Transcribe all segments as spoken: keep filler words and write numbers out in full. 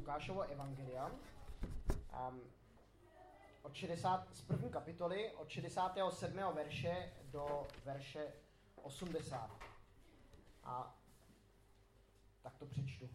Lukášovo evangelia um, od šedesát, z první kapitoly od šedesátého sedmého verše do verše osmdesátého. A tak to přečtu.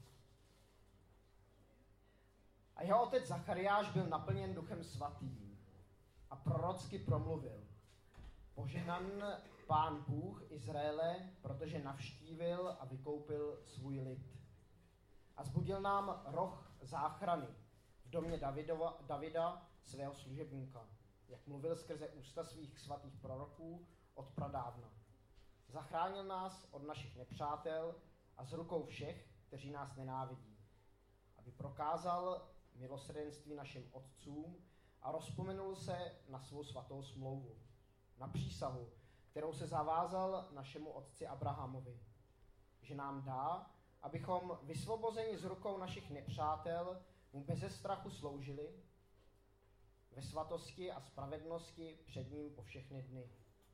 A jeho otec Zachariáš byl naplněn Duchem svatým a prorocky promluvil: Požehnan Pán Bůh Izraele, protože navštívil a vykoupil svůj lid. A zbudil nám roh záchrany v domě Davidova, Davida, svého služebníka, jak mluvil skrze ústa svých svatých proroků od pradávna. Zachránil nás od našich nepřátel a z rukou všech, kteří nás nenávidí, aby prokázal milosrdenství našim otcům a rozpomenul se na svou svatou smlouvu, na přísahu, kterou se zavázal našemu otci Abrahamovi, že nám dá, abychom vysvobozeni z rukou našich nepřátel mu beze strachu sloužili ve svatosti a spravedlnosti před ním po všechny dny.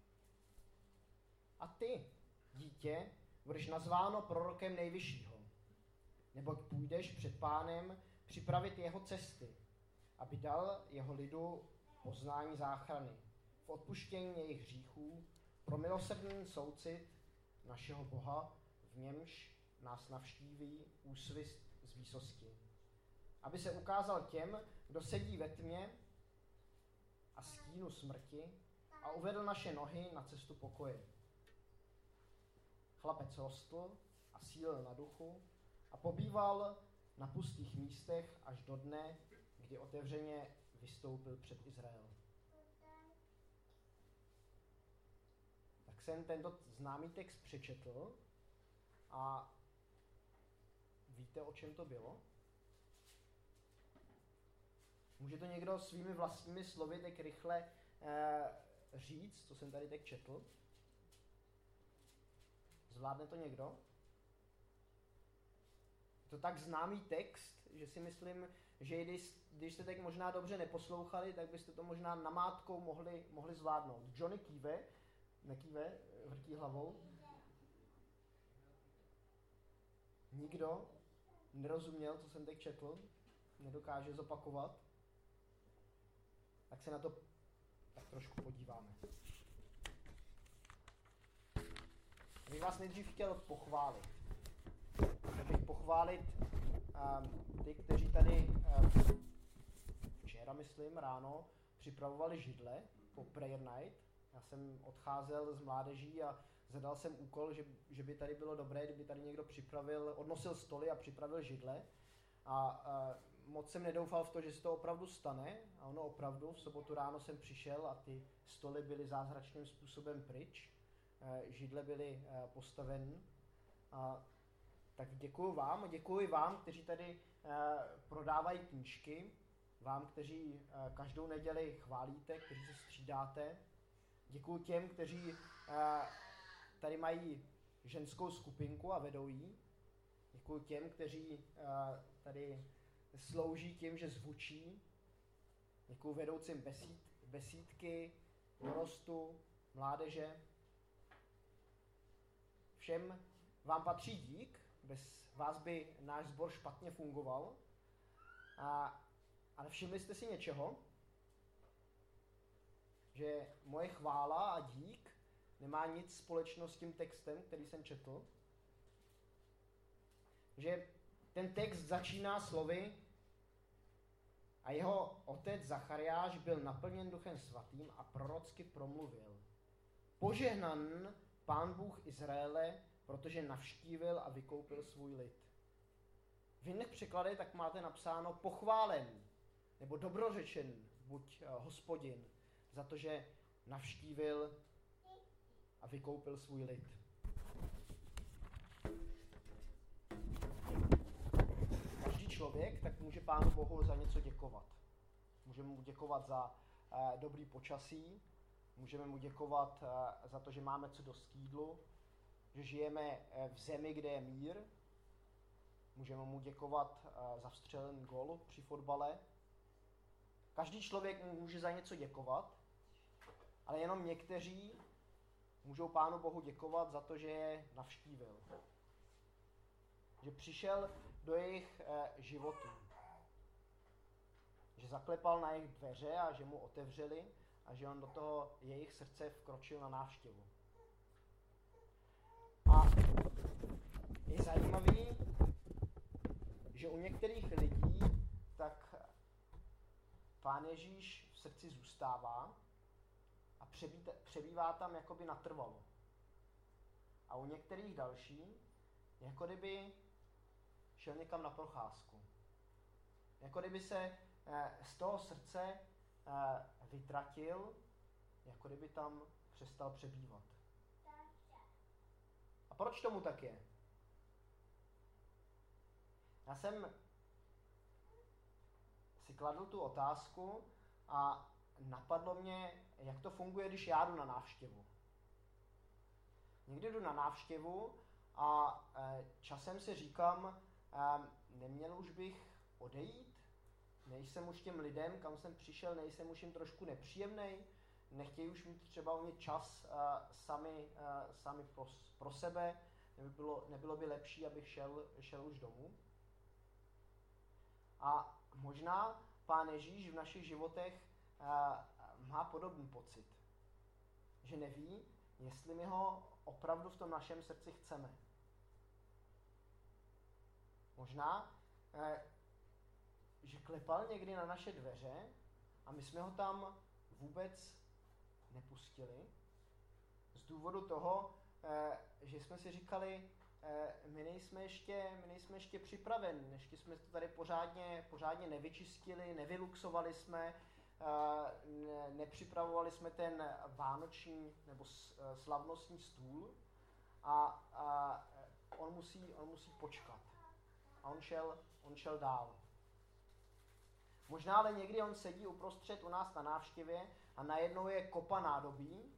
A ty, dítě, budeš nazváno prorokem Nejvyššího, neboť půjdeš před Pánem připravit jeho cesty, aby dal jeho lidu poznání záchrany v odpuštění jejich hříchů, pro milosrdný soucit našeho Boha, v němž nás navštíví úsvist z výsosti. Aby se ukázal těm, kdo sedí ve tmě a stínu smrti, a uvedl naše nohy na cestu pokoje. Chlapec rostl a sílil na duchu a pobýval na pustých místech až do dne, kdy otevřeně vystoupil před Izrael. Tak jsem tento známý text přečetl a víte, o čem to bylo? Může to někdo svými vlastními slovy tak rychle eh, říct, co jsem tady teď četl? Zvládne to někdo? Je to tak známý text, že si myslím, že když, když jste teď možná dobře neposlouchali, tak byste to možná namátkou mohli, mohli zvládnout. Johnny kýve, nekýve, vrtí hlavou. Nikdo nerozuměl, co jsem teď četl, nedokáže zopakovat. Tak se na to tak trošku podíváme. Já bych vás nejdřív chtěl pochválit. Chtěl bych pochválit um, ty, kteří tady um, včera, myslím, ráno připravovali židle po prayer night. Já jsem odcházel z mládeží a zadal jsem úkol, že, že by tady bylo dobré, kdyby tady někdo připravil, odnosil stoly a připravil židle. A, a moc jsem nedoufal v to, že se to opravdu stane. A ono opravdu, v sobotu ráno jsem přišel a ty stoly byly zázračným způsobem pryč. E, židle byly e, postaveny. A tak děkuji vám a děkuji vám, kteří tady e, prodávají knížky, vám, kteří e, každou neděli chválíte, kteří se střídáte. Děkuji těm, kteří e, tady mají ženskou skupinku a vedou ji. Děkuji těm, kteří uh, tady slouží tím, že zvučí. Děkuji vedoucím besíd, besídky, dorostu, mládeže. Všem vám patří dík, bez vás by náš sbor špatně fungoval. A, ale všimli jste si něčeho? Že moje chvála a dík nemá nic společného s tím textem, který jsem četl. Že ten text začíná slovy: a jeho otec Zachariáš byl naplněn Duchem svatým a prorocky promluvil: Požehnan Pán Bůh Izraele, protože navštívil a vykoupil svůj lid. V jiných překladech tak máte napsáno pochválen nebo dobrořečen buď Hospodin za to, že navštívil a vykoupil svůj lid. Každý člověk tak může Pánu Bohu za něco děkovat. Můžeme mu děkovat za eh, dobrý počasí, můžeme mu děkovat eh, za to, že máme co dost k jídlu, že žijeme eh, v zemi, kde je mír. Můžeme mu děkovat eh, za vstřelený gól při fotbale. Každý člověk mu může za něco děkovat, ale jenom někteří můžou Pánu Bohu děkovat za to, že je navštívil. Že přišel do jejich eh, životů. že zaklepal na jejich dveře a že mu otevřeli a že on do toho jejich srdce vkročil na návštěvu. A je zajímavý, že u některých lidí tak Pán Ježíš v srdci zůstává a přebývá tam jakoby natrvalo. A u některých dalších, jako kdyby šel někam na procházku. Jako kdyby se z toho srdce vytratil, jako kdyby tam přestal přebývat. A proč tomu tak je? Já jsem si kladl tu otázku a napadlo mě, jak to funguje, když já jdu na návštěvu. Někdy jdu na návštěvu a časem si říkám, neměl už bych odejít? Nejsem už těm lidem, kam jsem přišel, nejsem už jim trošku nepříjemnej? Nechtějí už mít třeba o mě čas uh, sami, uh, sami pro, pro sebe? Nebylo, nebylo by lepší, abych šel, šel už domů? A možná Pán Ježíš v našich životech uh, má podobný pocit. Že neví, jestli my ho opravdu v tom našem srdci chceme. Možná, uh, že klepal někdy na naše dveře a my jsme ho tam vůbec nepustili. Z důvodu toho, že jsme si říkali, my nejsme ještě, my nejsme ještě připraveni, ještě jsme to tady pořádně, pořádně nevyčistili, nevyluxovali jsme, nepřipravovali jsme ten vánoční nebo slavnostní stůl a, a on, musí, on musí počkat. A on šel, on šel dál. Možná ale někdy on sedí uprostřed u nás na návštěvě a najednou je kopa nádobí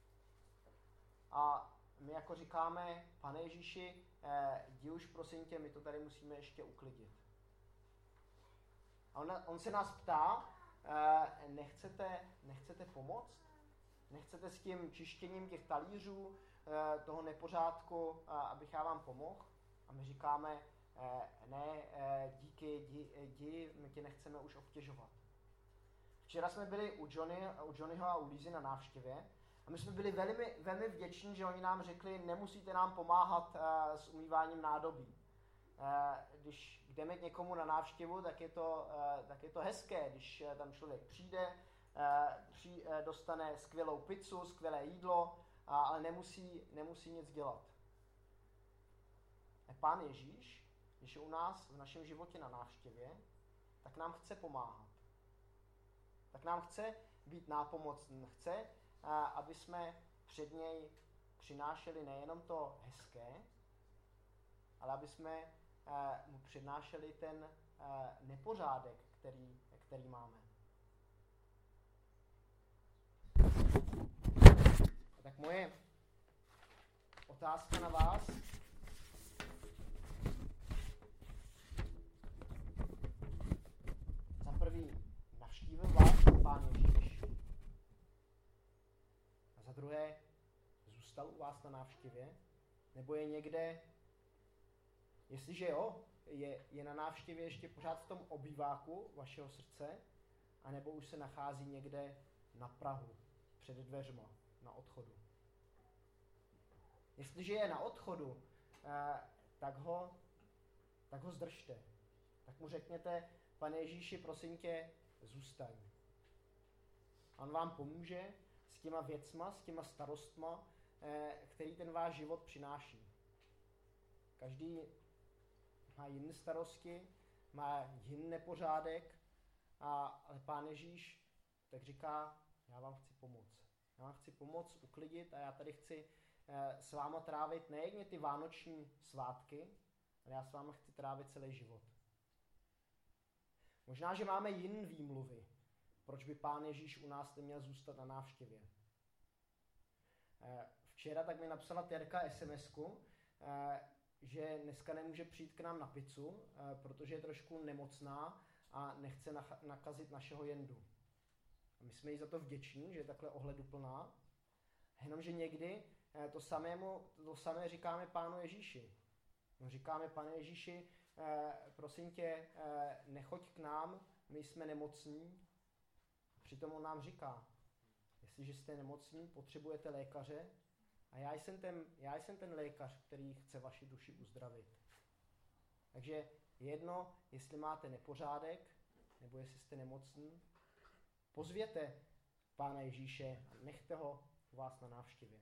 a my jako říkáme, Pane Ježíši, eh, jdi už prosím tě, my to tady musíme ještě uklidit. A on, on se nás ptá, eh, nechcete, nechcete pomoct? Nechcete s tím čištěním těch talířů, eh, toho nepořádku, eh, abych já vám pomohl? A my říkáme, Eh, ne, eh, díky, jdi, jdi, my tě nechceme už obtěžovat. Včera jsme byli u, Johnny, u Johnnyho a u Lízy na návštěvě a my jsme byli velmi, velmi vděční, že oni nám řekli, nemusíte nám pomáhat eh, s umýváním nádobí. Eh, když jdeme k někomu na návštěvu, tak je to, eh, tak je to hezké, když eh, tam člověk přijde, eh, při, eh, dostane skvělou pizzu, skvělé jídlo, a, ale nemusí, nemusí nic dělat. A Pán Ježíš, když je u nás v našem životě na návštěvě, tak nám chce pomáhat. Tak nám chce být nápomocný. Chce, aby jsme před něj přinášeli nejenom to hezké, ale aby jsme mu přinášeli ten nepořádek, který, který máme. Tak moje otázka na vás. Prvý, navštívil vás Pán Ježíš. A za druhé, zůstal u vás na návštěvě? Nebo je někde, jestliže jo, je, je na návštěvě ještě pořád v tom obýváku vašeho srdce, anebo už se nachází někde na prahu, před dveřma, na odchodu. Jestliže je na odchodu, eh, tak ho, tak ho zdržte. Tak mu řekněte, Pane Ježíši, prosím tě, zůstaň. On vám pomůže s těma věcma, s těma starostma, eh, který ten váš život přináší. Každý má jiné starosti, má jiný nepořádek, a, ale Pán Ježíš tak říká, já vám chci pomoct. Já vám chci pomoct uklidit a já tady chci eh, s váma trávit nejen ty vánoční svátky, ale já s váma chci trávit celý život. Možná, že máme jiné výmluvy, proč by Pán Ježíš u nás neměl zůstat na návštěvě. Včera tak mi napsala Terka es em esku, že dneska nemůže přijít k nám na pizzu, protože je trošku nemocná a nechce nakazit našeho Jendu. A my jsme jí za to vděční, že je takhle ohleduplná. Jenomže někdy to, samému, to samé říkáme Pánu Ježíši. No, říkáme, Pane Ježíši, eh, prosím tě, eh, nechoď k nám, my jsme nemocní. Přitom on nám říká, jestliže jste nemocní, potřebujete lékaře a já jsem ten, já jsem ten lékař, který chce vaši duši uzdravit. Takže jedno, jestli máte nepořádek, nebo jestli jste nemocní, pozvěte Pána Ježíše a nechte ho u vás na návštěvě.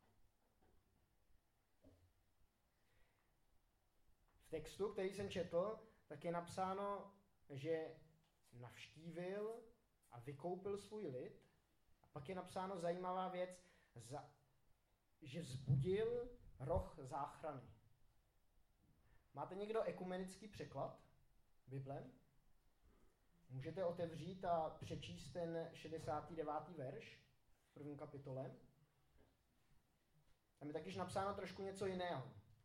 V textu, který jsem četl, tak je napsáno, že navštívil a vykoupil svůj lid. A pak je napsáno zajímavá věc, za, že vzbudil roh záchrany. Máte někdo ekumenický překlad Bible? Můžete otevřít a přečíst ten šedesátý devátý verš v první kapitole. Tam je takyž napsáno trošku něco jiného.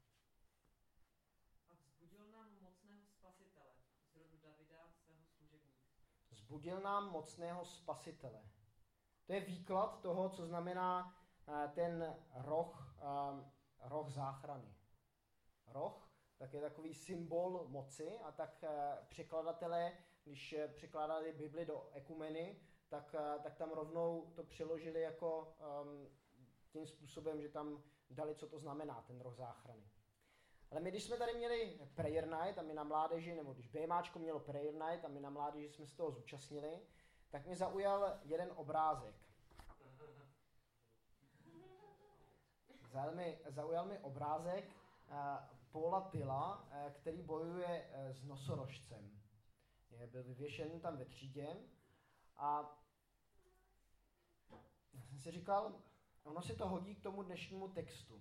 A vzbudil nám mocného spasitele z rodu Davida, svého služebníka. Vzbudil nám mocného spasitele. To je výklad toho, co znamená ten roh, roh záchrany. Roh tak je takový symbol moci a tak překladatelé, když překládali Bibli do ekumeny, tak, tak tam rovnou to přeložili jako um, tím způsobem, že tam dali, co to znamená, ten roh záchrany. Ale my, když jsme tady měli prayer night a my na mládeži, nebo když BMáčko mělo prayer night a my na mládeži jsme se toho zúčastnili, tak mě zaujal jeden obrázek. Zaujal mi, zaujal mi obrázek uh, Paula Tyla, uh, který bojuje uh, s nosorožcem. Je, byl vyvěšený tam ve třídě a já jsem si říkal, ono se to hodí k tomu dnešnímu textu.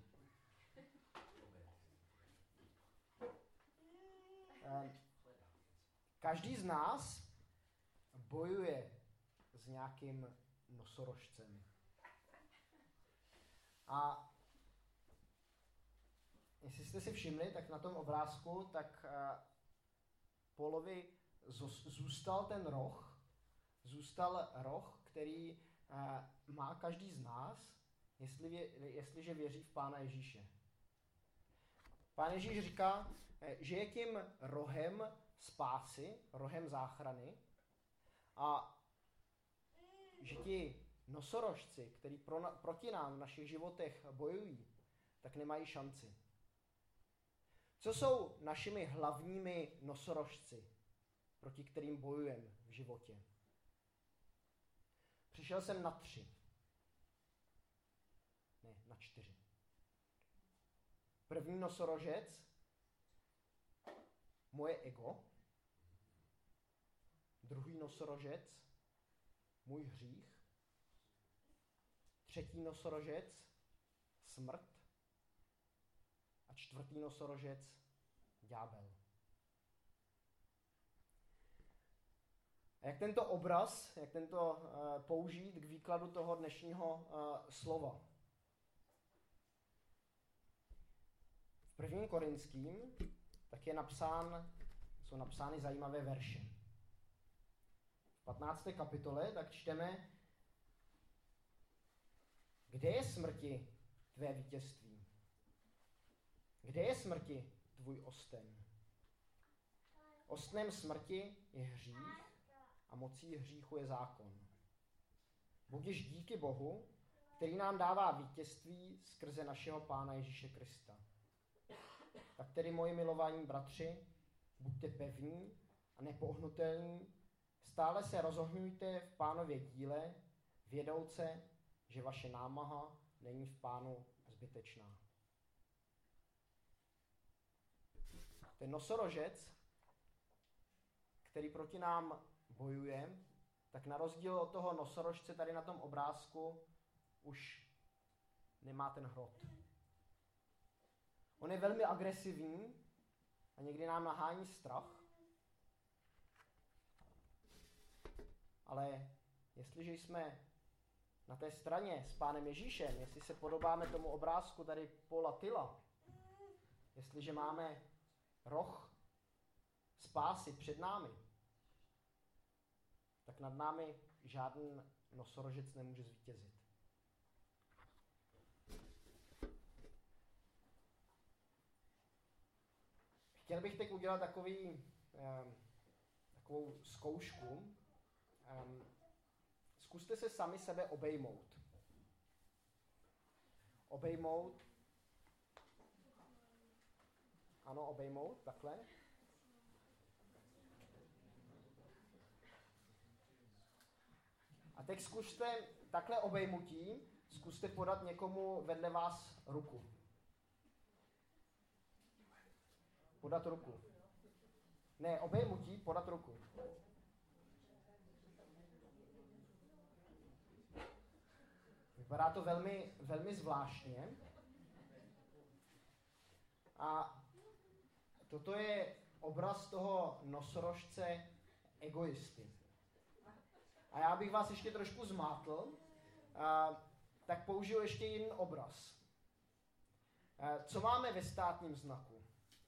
Uh, každý z nás bojuje s nějakým nosorožcem. A jestli jste si všimli, tak na tom obrázku, tak uh, Paulovi zůstal ten roh, zůstal roh, který uh, má každý z nás, jestli vě, jestliže věří v Pána Ježíše. Pán Ježíš říká, že je tím rohem spásy, rohem záchrany a že ti nosorožci, kteří pro, proti nám v našich životech bojují, tak nemají šanci. Co jsou našimi hlavními nosorožci, proti kterým bojujeme v životě? Přišel jsem na tři. Ne, na čtyři. První nosorožec, moje ego. Druhý nosorožec, můj hřích. Třetí nosorožec, smrt. A čtvrtý nosorožec, ďábel. A jak tento obraz, jak tento uh, použít k výkladu toho dnešního uh, slova? V prvním Korinským tak je napsán, jsou napsány zajímavé verše. V patnácté kapitole tak čteme, kde je smrti tvé vítězství? Kde je smrti tvůj osten? Ostnem smrti je hřích a mocí hříchu je zákon. Budiž díky Bohu, který nám dává vítězství skrze našeho Pána Ježíše Krista. Tak tedy, moji milovaní bratři, buďte pevní a nepohnutelní, stále se rozohňujte v Pánově díle, vědouce, že vaše námaha není v Pánu zbytečná. Ten nosorožec, který proti nám bojuje, tak na rozdíl od toho nosorožce tady na tom obrázku už nemá ten hrot. On je velmi agresivní a někdy nám nahání strach. Ale jestliže jsme na té straně s Pánem Ježíšem, jestli se podobáme tomu obrázku tady Paula Tyla, jestliže máme roh spásy před námi, tak nad námi žádný nosorožec nemůže zvítězit. chtěl bych teď udělat takový, um, takovou zkoušku. Um, zkuste se sami sebe obejmout. Obejmout. Ano, obejmout, takhle. A teď zkuste takhle obejmutí, zkuste podat někomu vedle vás ruku. Podat ruku. Ne, obejmutí, podat ruku. Vypadá to velmi, velmi zvláštně. A toto je obraz toho nosorožce egoisty. A já bych vás ještě trošku zmátl, a, tak použiju ještě jeden obraz. A, co máme ve státním znaku?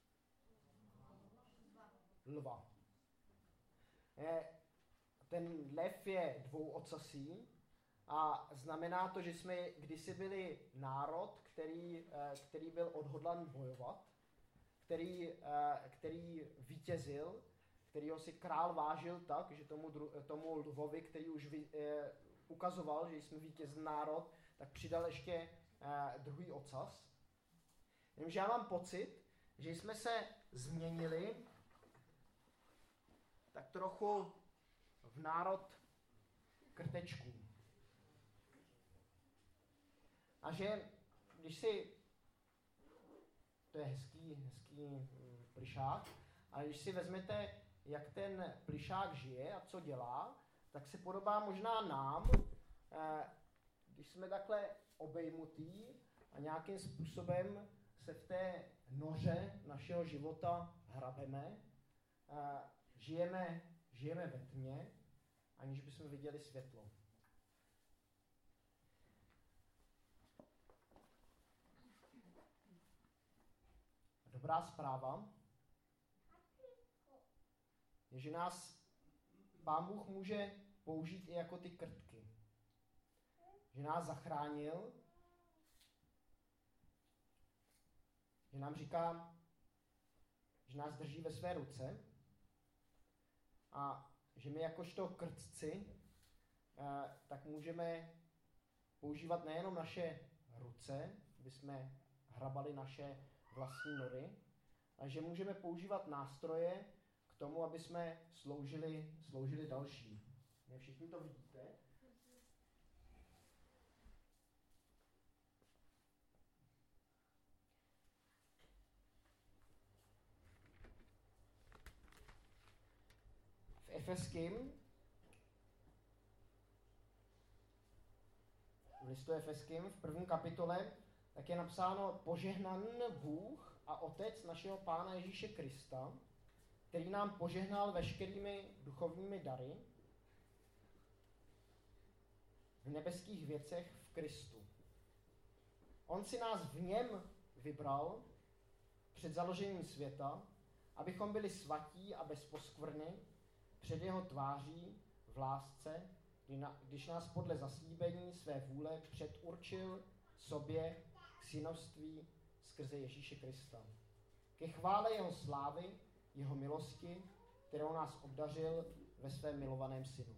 Lva. Je, ten lev je dvouocasý a znamená to, že jsme kdysi byli národ, který, který byl odhodlan bojovat, který, který vítězil, kterýho si král vážil tak, že tomu, dru, tomu lvovi, který už vy, eh, ukazoval, že jsme vítězný národ, tak přidal ještě eh, druhý ocas. Jenže já mám pocit, že jsme se změnili tak trochu v národ krtečků. A že když si, to je hezký, hezký hm, plišák, ale když si vezmete, jak ten plišák žije a co dělá, tak se podobá možná nám, eh, když jsme takhle obejmutí a nějakým způsobem se v té noře našeho života hrabeme, eh, žijeme, žijeme ve tmě, aniž bychom viděli světlo. Dobrá zpráva je, že nás Pán Bůh může použít i jako ty krtky. Že nás zachránil, že nám říká, že nás drží ve své ruce a že my jakožto krtci eh, tak můžeme používat nejenom naše ruce, aby jsme hrabali naše vlastní nory, ale že můžeme používat nástroje k tomu, aby jsme sloužili, sloužili další. Ne všichni to vidíte. V Efeským, v listu Efeským, v první kapitole, tak je napsáno: požehnaný Bůh a Otec našeho Pána Ježíše Krista, který nám požehnal veškerými duchovními dary v nebeských věcech v Kristu. On si nás v něm vybral před založením světa, abychom byli svatí a bez poskvrny před jeho tváří v lásce, když nás podle zaslíbení své vůle předurčil sobě k synovství skrze Ježíše Krista. Ke chvále jeho slávy, jeho milosti, kterou nás obdařil ve svém milovaném synu.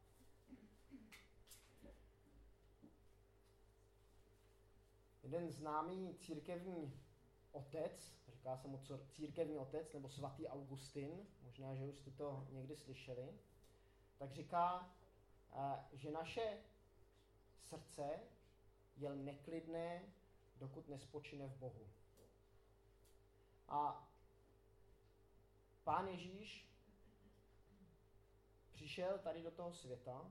Jeden známý církevní otec, říká se mu církevní otec nebo svatý Augustin, možná, že už jste to někdy slyšeli, tak říká, že naše srdce je neklidné, dokud nespočine v Bohu. A Pán Ježíš přišel tady do toho světa,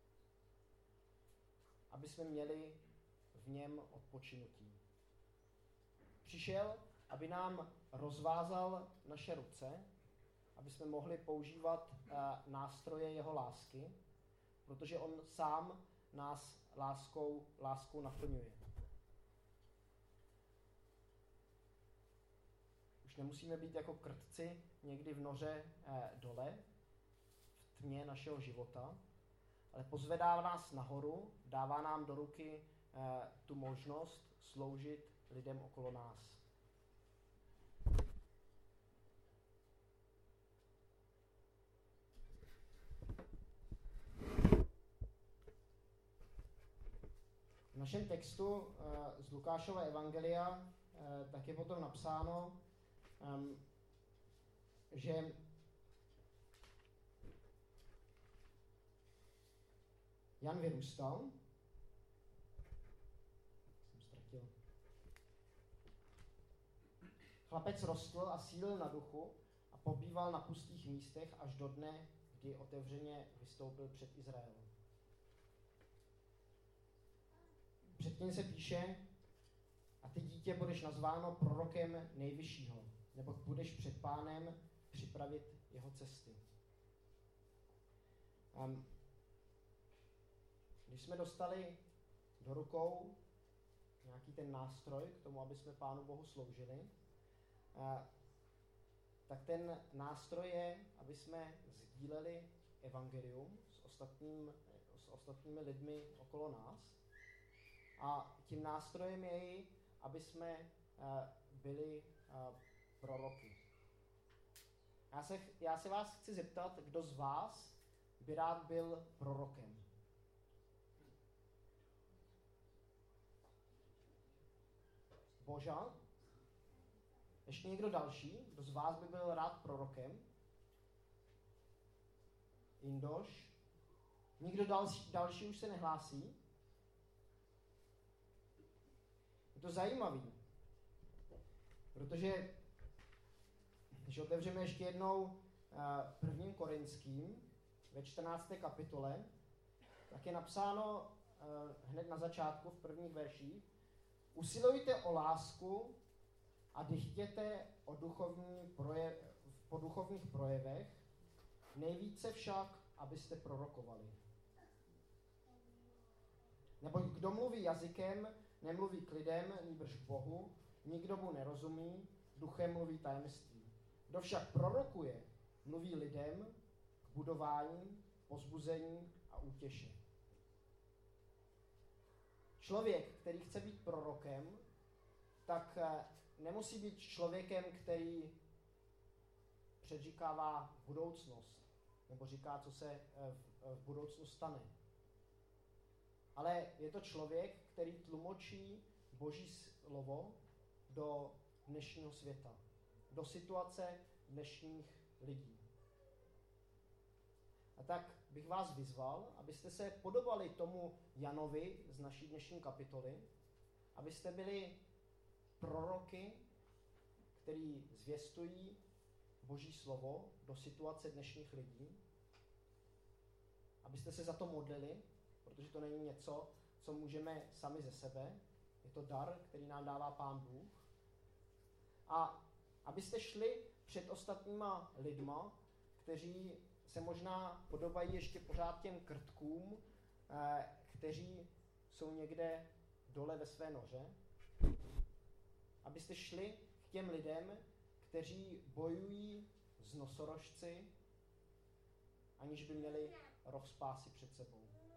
aby jsme měli v něm odpočinutí. Přišel, aby nám rozvázal naše ruce, aby jsme mohli používat uh, nástroje jeho lásky, protože on sám nás láskou, láskou naplňuje. Už nemusíme být jako krtci někdy v noře eh, dole, v tmě našeho života, ale pozvedá nás nahoru, dává nám do ruky eh, tu možnost sloužit lidem okolo nás. našem textu uh, z Lukášova evangelia uh, tak je potom napsáno, um, že Jan vyrůstal. Jsem ztratil. Chlapec rostl a sílil na duchu a pobýval na pustých místech až do dne, kdy otevřeně vystoupil před Izrael. Předtím se píše, a ty dítě budeš nazváno prorokem nejvyššího, nebo budeš před Pánem připravit jeho cesty. Um, když jsme dostali do rukou nějaký ten nástroj k tomu, aby jsme Pánu Bohu sloužili, uh, tak ten nástroj je, aby jsme sdíleli evangelium s, ostatním, s ostatními lidmi okolo nás. A tím nástrojem je i, aby jsme uh, byli uh, proroky. Já se, já se vás chci zeptat, kdo z vás by rád byl prorokem. Boža? Ještě někdo další? Kdo z vás by byl rád prorokem? Indoš? Nikdo další, další už se nehlásí? Je to zajímavý, protože když otevřeme ještě jednou uh, prvním Korinským ve čtrnácté kapitole, tak je napsáno uh, hned na začátku v prvních verších: usilujte o lásku a dychtěte o duchovní projev, po duchovních projevech, nejvíce však, abyste prorokovali. Neboť kdo mluví jazykem, nemluví k lidem, nýbrž k Bohu, nikdo mu nerozumí, duchem mluví tajemství. Kdo však prorokuje, mluví lidem k budování, pozbuzení a útěše. Člověk, který chce být prorokem, tak nemusí být člověkem, který předříkává budoucnost, nebo říká, co se v, v budoucnu stane. Ale je to člověk, který tlumočí Boží slovo do dnešního světa, do situace dnešních lidí. A tak bych vás vyzval, abyste se podobali tomu Janovi z naší dnešní kapitoly, abyste byli proroky, který zvěstují Boží slovo do situace dnešních lidí, abyste se za to modlili, protože to není něco, co můžeme sami ze sebe, je to dar, který nám dává Pán Bůh. A abyste šli před ostatníma lidma, kteří se možná podobají ještě pořád těm krtkům, eh, kteří jsou někde dole ve své noře, abyste šli k těm lidem, kteří bojují s nosorožci, aniž by měli roh spásy před sebou.